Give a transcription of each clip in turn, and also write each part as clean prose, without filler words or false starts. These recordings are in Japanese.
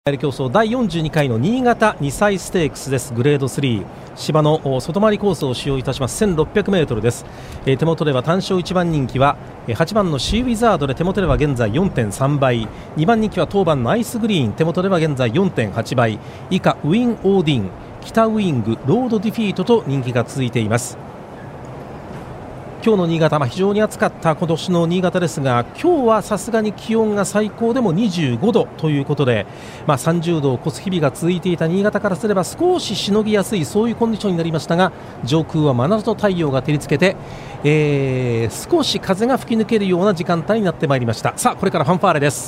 競争第42回の新潟2歳ステークスです。グレード3芝の外回りコースを使用いたします。 1600m です。手元では単勝1番人気は8番のシーウィザードで手元では現在 4.3 倍、2番人気は当番のアイスグリーン、手元では現在 4.8 倍以下、ウィン・オーディン、北ウイング、ロードディフィートと人気が続いています。今日の新潟、非常に暑かった今年の新潟ですが、今日はさすがに気温が最高でも25度ということで、30度を超す日々が続いていた新潟からすれば少ししのぎやすい、そういうコンディションになりましたが、上空は真夏の太陽が照りつけて、少し風が吹き抜けるような時間帯になってまいりました。さあこれからファンファーレです。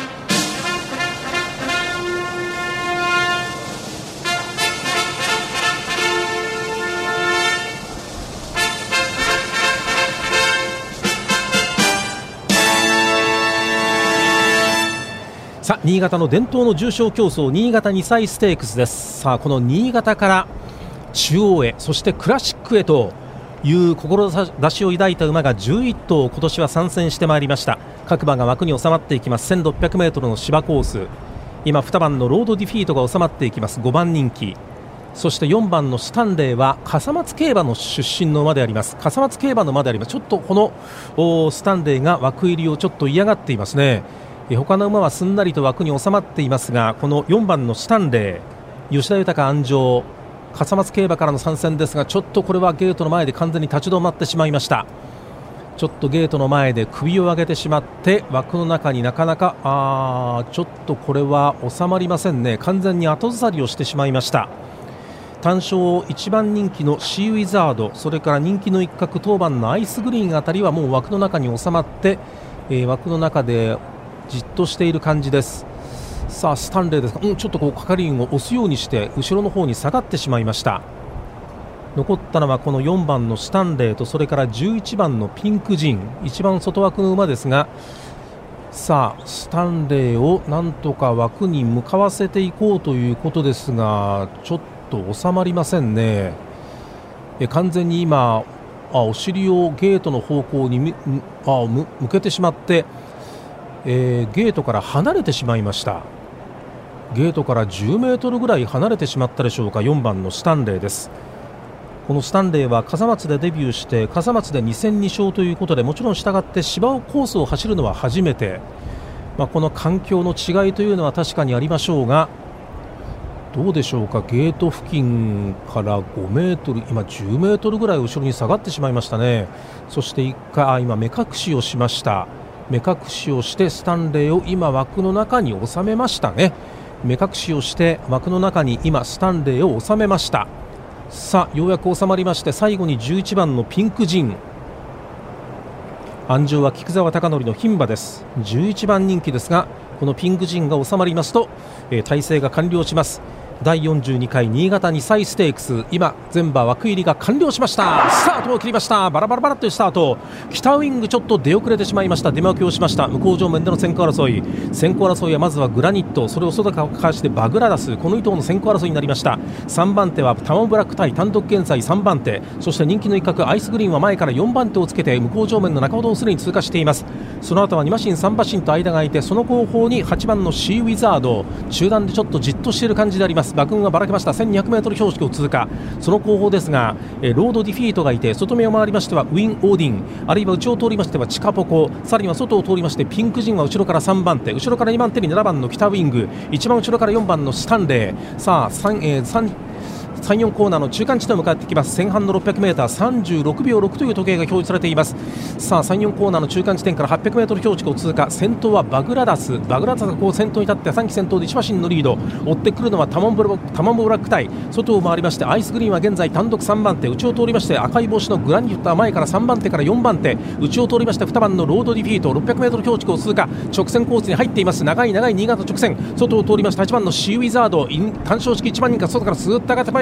さあ新潟の伝統の重賞競争、新潟2歳ステークスです。さあこの新潟から中央へ、そしてクラシックへという志を抱いた馬が11頭今年は参戦してまいりました。各馬が枠に収まっていきます。 1600m の芝コース、今2番のロードディフィートが収まっていきます。5番人気、そして4番のスタンレーは笠松競馬の出身の馬であります。笠松競馬の馬であります。ちょっとこのスタンレーが枠入りをちょっと嫌がっていますね。他の馬はすんなりと枠に収まっていますが、この4番のスタンレー、吉田豊安城、笠松競馬からの参戦ですが、ちょっとこれはゲートの前で完全に立ち止まってしまいました。ちょっとゲートの前で首を上げてしまって枠の中になかなかちょっとこれは収まりませんね。完全に後ずさりをしてしまいました。単勝1番人気のシーウィザード、それから人気の一角当番のアイスグリーンあたりはもう枠の中に収まって、枠の中でじっとしている感じです。さあスタンレーですが、ちょっと係員を押すようにして後ろの方に下がってしまいました。残ったのはこの4番のスタンレーと、それから11番のピンクジン、一番外枠の馬ですが、さあスタンレーをなんとか枠に向かわせていこうということですが、ちょっと収まりませんね。完全に今お尻をゲートの方向に向けてしまって、ゲートから離れてしまいました。ゲートから10メートルぐらい離れてしまったでしょうか。4番のスタンレーです。このスタンレーは笠松でデビューして笠松で2戦2勝ということで、もちろん従って芝コースを走るのは初めて、この環境の違いというのは確かにありましょうが、どうでしょうか。ゲート付近から5メートル、今10メートルぐらい後ろに下がってしまいましたね。そして1回今目隠しをしました。目隠しをしてスタンレーを今枠の中に収めましたね。目隠しをして枠の中に今スタンレーを収めました。さあようやく収まりまして、最後に11番のピンクジン、安城は菊沢貴則の牝馬です。11番人気ですが、このピンクジンが収まりますと、体制が完了します。第42回新潟2歳ステークス、今全馬枠入りが完了しました。スタートを切りました。バラバラバラというスタート。北ウイングちょっと出遅れてしまいました。出負けをしました。向こう上面での先行争いはまずはグラニット、それを外からかわしてバグラダス、この2頭の先行争いになりました。3番手はタモブラック対単独現在3番手、そして人気の一角アイスグリーンは前から4番手をつけて向こう上面の中ほどをすでに通過しています。その後は2馬身3馬身と間が空いて、その後方に8番のシーウィザード、中段でちょっとじっとしている感じであります。馬群がばらけました。 1200m 標識を通過、その後方ですが、ロードディフィートがいて、外目を回りましてはウィン・オーディン、あるいは内を通りましてはチカポコ、さらには外を通りましてピンクジンは後ろから3番手、後ろから2番手に7番の北ウィング、一番後ろから4番のスタンレー。さあ3、4コーナーの中間地点を迎えてきます。前半の 600m36 秒6という時計が表示されています。さあ3、4コーナーの中間地点から 800m 標識を通過、先頭はバグラダスが先頭に立って3期先頭で1馬身のリード、追ってくるのはタモンブラック対外を回りまして、アイスグリーンは現在単独3番手、内を通りまして赤い帽子のグラニットは前から3番手から4番手、内を通りまして2番のロードディフィート 600m 標識を通過、直線コースに入っています。長い新潟直線、外を通りまして8番のシーウィザード、単勝式1番人が外からスーッと上がってまいりました。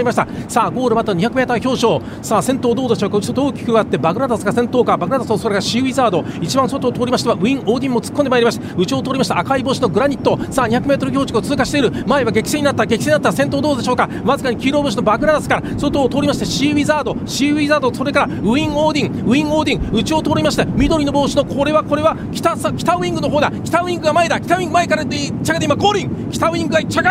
りました。さあゴールまた 200m 表彰。さあ先頭どうでしょうか。ちょっと大きく上がってバグラダスが先頭か。バグラダスとそれがシーウィザード、一番外を通りましてはウィン・オーディンも突っ込んでまいりました。内を通りました赤い帽子のグラニット。さあ 200m 標識を通過している。前は激戦になった。先頭どうでしょうか。わずかに黄色い帽子のバグラダスから外を通りましてシーウィザード、それからウィン・オーディン、内を通りまして緑の帽子のこれは北ウィングの方だ。北ウィングが前だ。北ウィング前から1着で今ゴールイン。北ウィングが1着。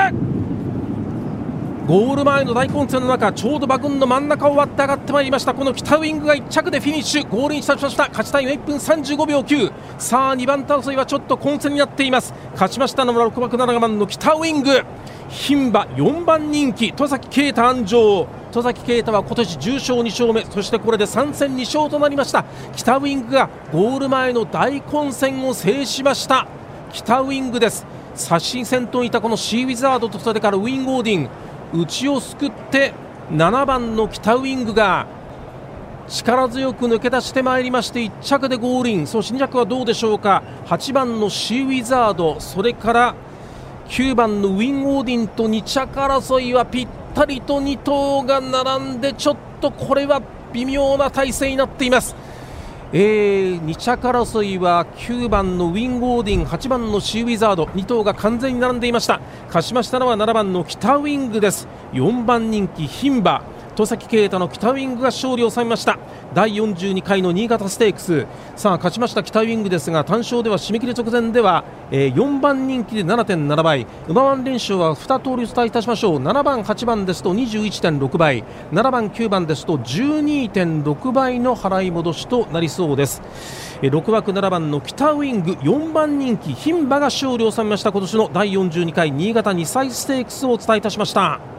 ゴール前の大混戦の中、ちょうど馬群の真ん中を割って上がってまいりました。この北ウィングが1着でフィニッシュ、ゴールインしました。勝ちタイム1分35秒9。さあ2番手争いはちょっと混戦になっています。勝ちましたのは6枠7番の北ウィング。牝馬4番人気戸崎圭太安城。戸崎圭太は今年重賞2勝目、そしてこれで3戦2勝となりました。北ウィングがゴール前の大混戦を制しました。北ウィングです。刷新先頭にいたこのシーウィザードとそれからウィン・オーディン、内をすくって7番の北ウィングが力強く抜け出してまいりまして1着でゴールイン。そして2着はどうでしょうか。8番のシーウィザード、それから9番のウィン・オーディンと2着争いはぴったりと2頭が並んで、ちょっとこれは微妙な体勢になっています。2着争いは9番のウィン・オーディン、8番のシーウィザード、2頭が完全に並んでいました。勝ちましたのは7番の北ウィングです。4番人気牝馬戸崎圭太の北ウィングが勝利を収めました。第42回の新潟ステークス。さあ勝ちました北ウィングですが、単勝では締め切り直前では、4番人気で 7.7 倍、馬番連勝は2通りお伝えいたしましょう。7番8番ですと 21.6 倍、7番9番ですと 12.6 倍の払い戻しとなりそうです。6枠7番の北ウィング、4番人気牝馬が勝利を収めました。今年の第42回新潟2歳ステークスをお伝えいたしました。